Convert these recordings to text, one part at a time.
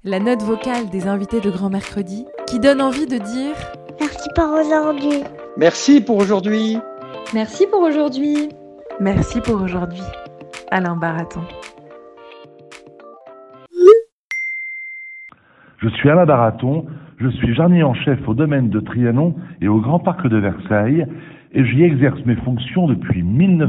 La note vocale des invités de Grand Mercredi qui donne envie de dire merci pour aujourd'hui. Merci pour aujourd'hui. Merci pour aujourd'hui. Merci pour aujourd'hui. Alain Baraton. Je suis Alain Baraton, je suis jardinier en chef au domaine de Trianon et au Grand Parc de Versailles et j'y exerce mes fonctions depuis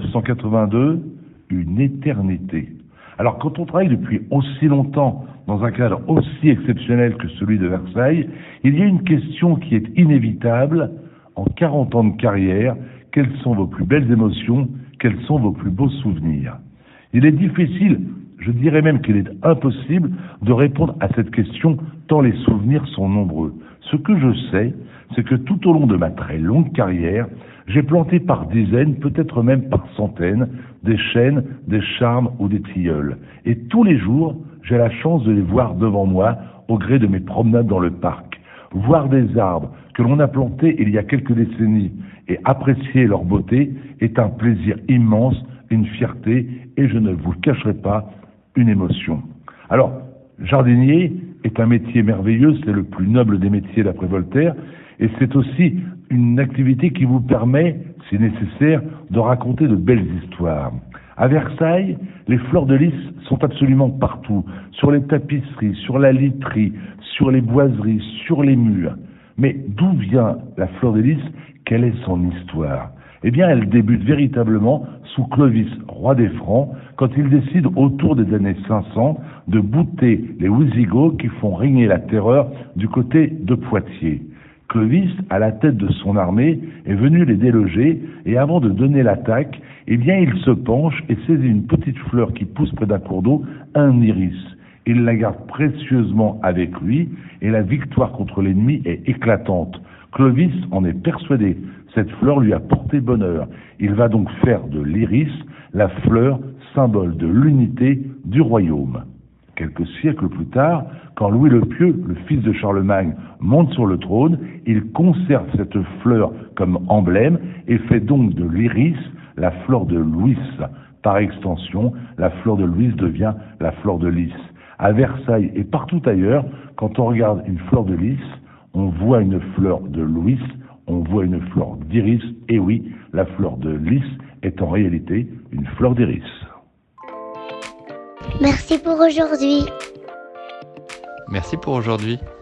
1982, une éternité. Alors quand on travaille depuis aussi longtemps dans un cadre aussi exceptionnel que celui de Versailles, il y a une question qui est inévitable. En 40 ans de carrière, quelles sont vos plus belles émotions? Quels sont vos plus beaux souvenirs? Il est difficile, je dirais même qu'il est impossible de répondre à cette question tant les souvenirs sont nombreux. Ce que je sais, c'est que tout au long de ma très longue carrière, j'ai planté par dizaines, peut-être même par centaines, des chênes, des charmes ou des tilleuls. Et tous les jours, j'ai la chance de les voir devant moi au gré de mes promenades dans le parc. Voir des arbres que l'on a plantés il y a quelques décennies et apprécier leur beauté est un plaisir immense, une fierté et je ne vous le cacherai pas, une émotion. Alors, jardinier est un métier merveilleux, c'est le plus noble des métiers d'après Voltaire et c'est aussi une activité qui vous permet, si nécessaire, de raconter de belles histoires. À Versailles, les fleurs de lys sont absolument partout, sur les tapisseries, sur la literie, sur les boiseries, sur les murs. Mais d'où vient la fleur de lys? Quelle est son histoire? Eh bien, elle débute véritablement sous Clovis, roi des Francs, quand il décide autour des années 500 de bouter les Wisigoths qui font régner la terreur du côté de Poitiers. Clovis, à la tête de son armée, est venu les déloger et avant de donner l'attaque, eh bien, il se penche et saisit une petite fleur qui pousse près d'un cours d'eau, un iris. Il la garde précieusement avec lui et la victoire contre l'ennemi est éclatante. Clovis en est persuadé. Cette fleur lui a porté bonheur. Il va donc faire de l'iris la fleur symbole de l'unité du royaume. Quelques siècles plus tard, quand Louis le Pieux, le fils de Charlemagne, monte sur le trône, il conserve cette fleur comme emblème et fait donc de l'iris la fleur de Louis. Par extension, la fleur de Louis devient la fleur de lys. À Versailles et partout ailleurs, quand on regarde une fleur de lys, on voit une fleur de Louis, on voit une fleur d'iris, et oui, la fleur de lys est en réalité une fleur d'iris. Merci pour aujourd'hui. Merci pour aujourd'hui.